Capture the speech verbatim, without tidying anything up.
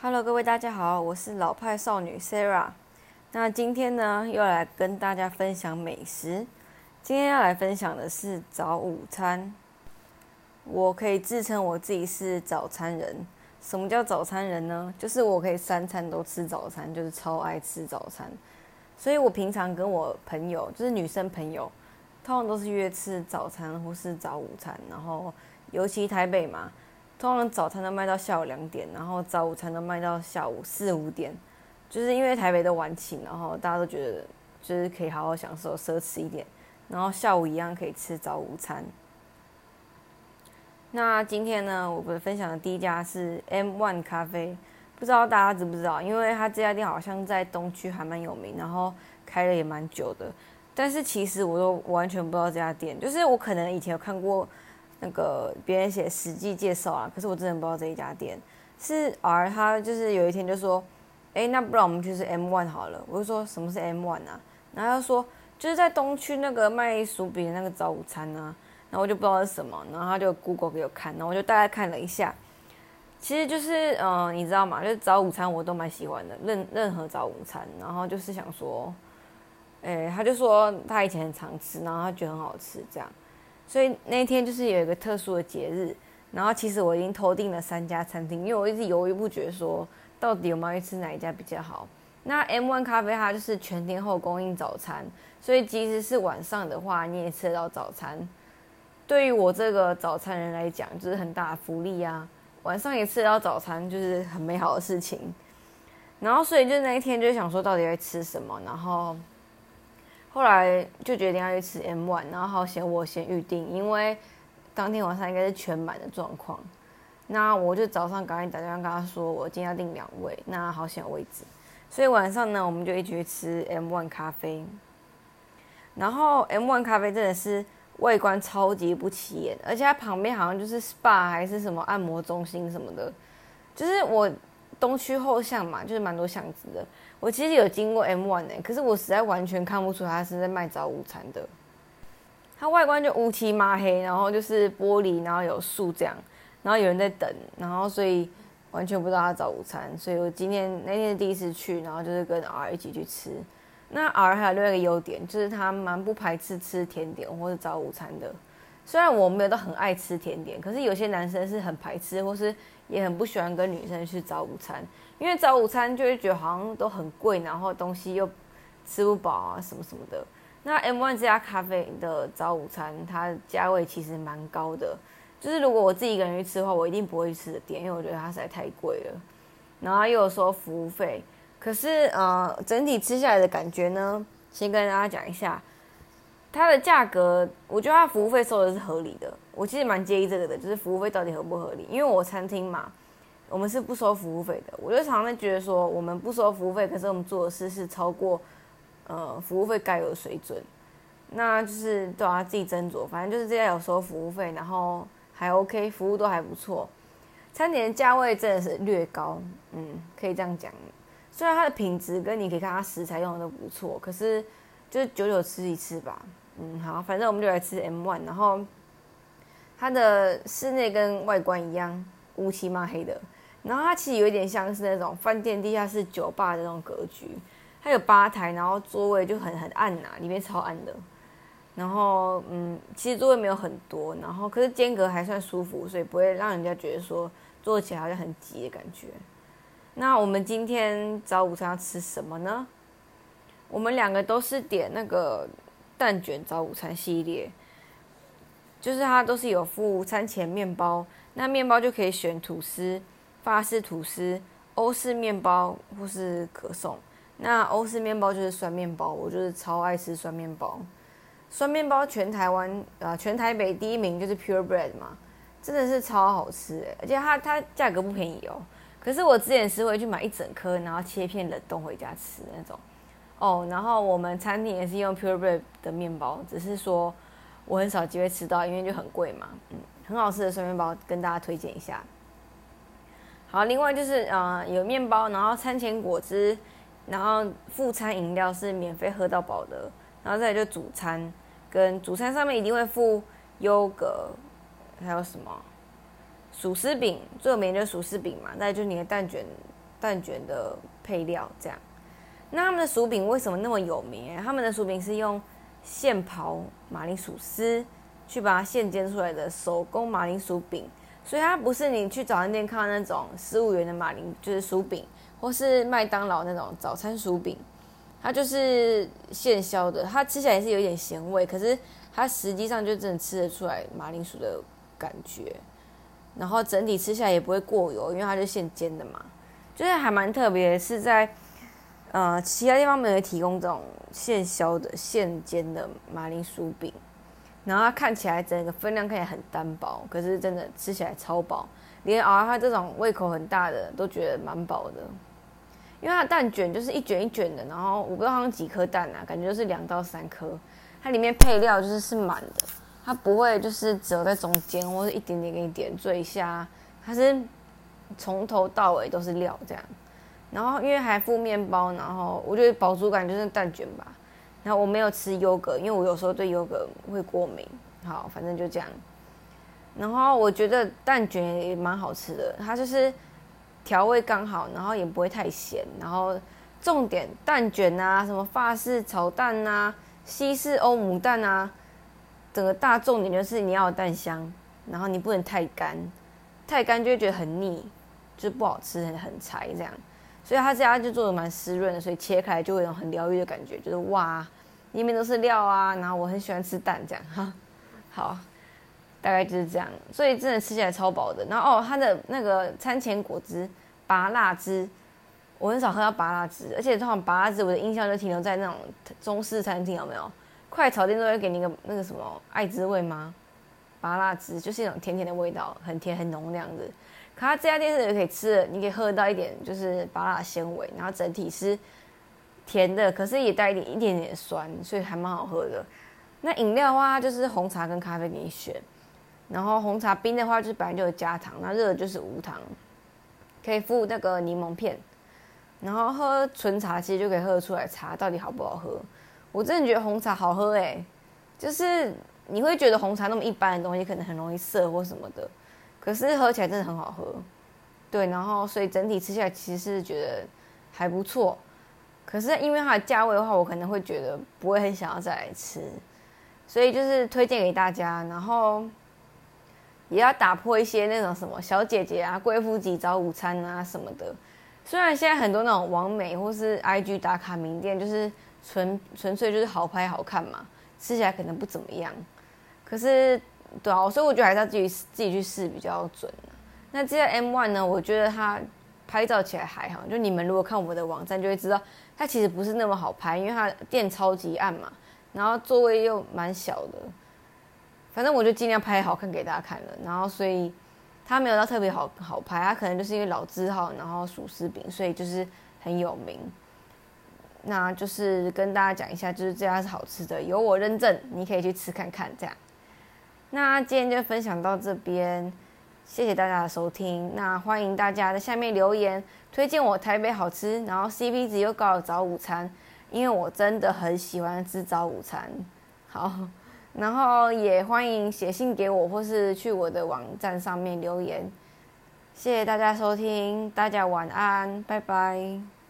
Hello，各位大家好，我是老派少女 Sarah。那今天呢，又来跟大家分享美食。今天要来分享的是早午餐。我可以自称我自己是早餐人。什么叫早餐人呢？就是我可以三餐都吃早餐，就是超爱吃早餐。所以我平常跟我朋友，就是女生朋友，通常都是约吃早餐或是早午餐。然后尤其台北嘛。通常早餐都卖到下午两点，然后早午餐都卖到下午四五点，就是因为台北都晚起，然后大家都觉得就是可以好好享受奢侈一点，然后下午一样可以吃早午餐。那今天呢，我们分享的第一家是 M one 咖啡，不知道大家知不知道？因为它这家店好像在东区还蛮有名，然后开了也蛮久的，但是其实我都完全不知道这家店，就是我可能以前有看过。那个别人写实际介绍啊，可是我真的不知道这一家店是 R， 他就是有一天就说，哎，那不然我们去吃 M one 好了。我就说什么是 M one 啊？然后他就说就是在东区那个卖薯饼的那个早午餐啊。然后我就不知道是什么，然后他就 Google 给我看，然后我就大概看了一下，其实就是嗯、呃，你知道吗？就是早午餐我都蛮喜欢的，任任何早午餐。然后就是想说，哎，他就说他以前很常吃，然后他觉得很好吃这样。所以那一天就是有一个特殊的节日，然后其实我已经投订了三家餐厅，因为我一直犹豫不决说到底有没有去吃哪一家比较好。那 M one 咖啡它就是全天候供应早餐，所以即使是晚上的话你也吃得到早餐。对于我这个早餐人来讲，就是很大的福利啊，晚上也吃得到早餐就是很美好的事情。然后所以就那一天就想说到底要吃什么，然后后来就决定要去吃 M one， 然后好险我先预定，因为当天晚上应该是全满的状况。那我就早上赶紧打电话跟他说，我今天要订两位，那好险有位置。所以晚上呢，我们就一起去吃 M one 咖啡。然后 M one 咖啡真的是外观超级不起眼，而且它旁边好像就是 S P A 还是什么按摩中心什么的，就是我东区后巷嘛，就是蛮多巷子的。我其实有经过 M one 欸，可是我实在完全看不出它是在卖早午餐的。它外观就乌漆嘛黑，然后就是玻璃，然后有树这样，然后有人在等，然后所以完全不知道它早午餐。所以我今天那天是第一次去，然后就是跟 R 一起去吃。那 R 还有另外一个优点，就是他蛮不排斥吃甜点或是早午餐的。虽然我没有都很爱吃甜点，可是有些男生是很排斥，或是也很不喜欢跟女生去早午餐，因为早午餐就会觉得好像都很贵，然后东西又吃不饱啊什么什么的。那 M one 这家咖啡的早午餐，它价位其实蛮高的，就是如果我自己一个人去吃的话，我一定不会去吃的店，因为我觉得它实在太贵了。然后又有收服务费，可是呃整体吃下来的感觉呢，先跟大家讲一下。它的价格，我觉得它服务费收的是合理的。我其实蛮介意这个的，就是服务费到底合不合理。因为我餐厅嘛，我们是不收服务费的。我就常常觉得说，我们不收服务费，可是我们做的事是超过呃服务费该有的水准，那就是都要自己斟酌。反正就是这家有收服务费，然后还 OK， 服务都还不错。餐点的价位真的是略高，嗯，可以这样讲。虽然它的品质跟你可以看它食材用的都不错，可是就是久久吃一次吧。嗯，好，反正我们就来吃 M one， 然后它的室内跟外观一样乌漆嘛黑的，然后它其实有一点像是那种饭店地下室酒吧的那种格局，它有吧台，然后座位就很很暗呐、啊，里面超暗的，然后嗯，其实座位没有很多，然后可是间隔还算舒服，所以不会让人家觉得说坐起来好像很挤的感觉。那我们今天早午餐要吃什么呢？我们两个都是点那个蛋卷早午餐系列，就是它都是有附餐前面包，那面包就可以选吐司、法式吐司、欧式面包或是可颂。那欧式面包就是酸面包，我就是超爱吃酸面包。酸面包全台湾呃全台北第一名就是 Pure Bread 嘛，真的是超好吃欸，而且它它价格不便宜哦。可是我之前是会去买一整颗，然后切片冷冻回家吃的那种。哦，然后我们餐厅也是用 Pure Bread 的面包，只是说我很少机会吃到，因为就很贵嘛。嗯，很好吃的酸面包跟大家推荐一下。好，另外就是呃有面包，然后餐前果汁，然后副餐饮料是免费喝到饱的，然后再来就主餐，跟主餐上面一定会附优格，还有什么薯丝饼，最有名的就是薯丝饼嘛，再来就是你的蛋卷蛋卷的配料这样。那他们的薯饼为什么那么有名？他们的薯饼是用现刨马铃薯丝去把它现煎出来的手工马铃薯饼，所以它不是你去早餐店看到那种十五元的马铃就是薯饼，或是麦当劳那种早餐薯饼，它就是现削的，它吃起来也是有一点咸味，可是它实际上就真的吃得出来马铃薯的感觉，然后整体吃下来也不会过油，因为它是现煎的嘛，就是还蛮特别，是在呃其他地方没有提供这种现削的现煎的马铃薯饼，然后它看起来整个分量看起来很单薄，可是真的吃起来超饱，连熬它这种胃口很大的都觉得蛮饱的。因为它的蛋卷就是一卷一卷的，然后我不知道它用几颗蛋啊，感觉就是两到三颗。它里面配料就是是满的，它不会就是折在中间或者一点点给你点缀一下，它是从头到尾都是料这样。然后因为还附面包，然后我觉得饱足感就是蛋卷吧。然后我没有吃优格，因为我有时候对优格会过敏。好，反正就这样。然后我觉得蛋卷也蛮好吃的，它就是调味刚好，然后也不会太咸。然后重点蛋卷啊，什么法式炒蛋啊、西式欧姆蛋啊，整个大重点就是你要有蛋香，然后你不能太干，太干就会觉得很腻，就不好吃，很很柴这样。所以它这家就做的蛮湿润的，所以切开来就会有很疗愈的感觉，就是哇，里面都是料啊，然后我很喜欢吃蛋这样哈。好，大概就是这样，所以真的吃起来超饱的。然后哦，它的那个餐前果汁芭乐汁，我很少喝到芭乐汁，而且通常芭乐汁我的印象就停留在那种中式餐厅，有没有？快炒店都会给你一个那个什么爱滋味吗？芭乐汁就是一种甜甜的味道，很甜很浓那样子。可它这家店是可以吃的，你可以喝到一点就是芭乐纤维，然后整体是甜的，可是也带一点一点点酸，所以还蛮好喝的。那饮料的话就是红茶跟咖啡给你选，然后红茶冰的话就是本来就有加糖，那热的就是无糖，可以附那个柠檬片。然后喝纯茶其实就可以喝得出来茶到底好不好喝。我真的觉得红茶好喝欸，就是你会觉得红茶那么一般的东西可能很容易涩或什么的，可是喝起来真的很好喝。对，然后所以整体吃下来其实是觉得还不错。可是因为它的价位的话，我可能会觉得不会很想要再来吃，所以就是推荐给大家，然后也要打破一些那种什么小姐姐啊、贵妇级早午餐啊什么的。虽然现在很多那种网美或是 I G 打卡名店，就是纯纯粹就是好拍好看嘛，吃起来可能不怎么样。可是对啊，所以我觉得还是要自己自己去试比较准啊。那这家 M 一 呢，我觉得它拍照起来还好，就你们如果看我们的网站就会知道，它其实不是那么好拍，因为它店超级暗嘛，然后座位又蛮小的。反正我就尽量拍好看给大家看了，然后所以它没有到特别好好拍，它可能就是因为老字号，然后薯丝饼，所以就是很有名。那就是跟大家讲一下，就是这家是好吃的，有我认证，你可以去吃看看这样。那今天就分享到这边，谢谢大家的收听。那欢迎大家在下面留言，推荐我台北好吃，然后 C P 值又高的早午餐，因为我真的很喜欢吃早午餐。好，然后也欢迎写信给我，或是去我的网站上面留言。谢谢大家收听，大家晚安，拜拜。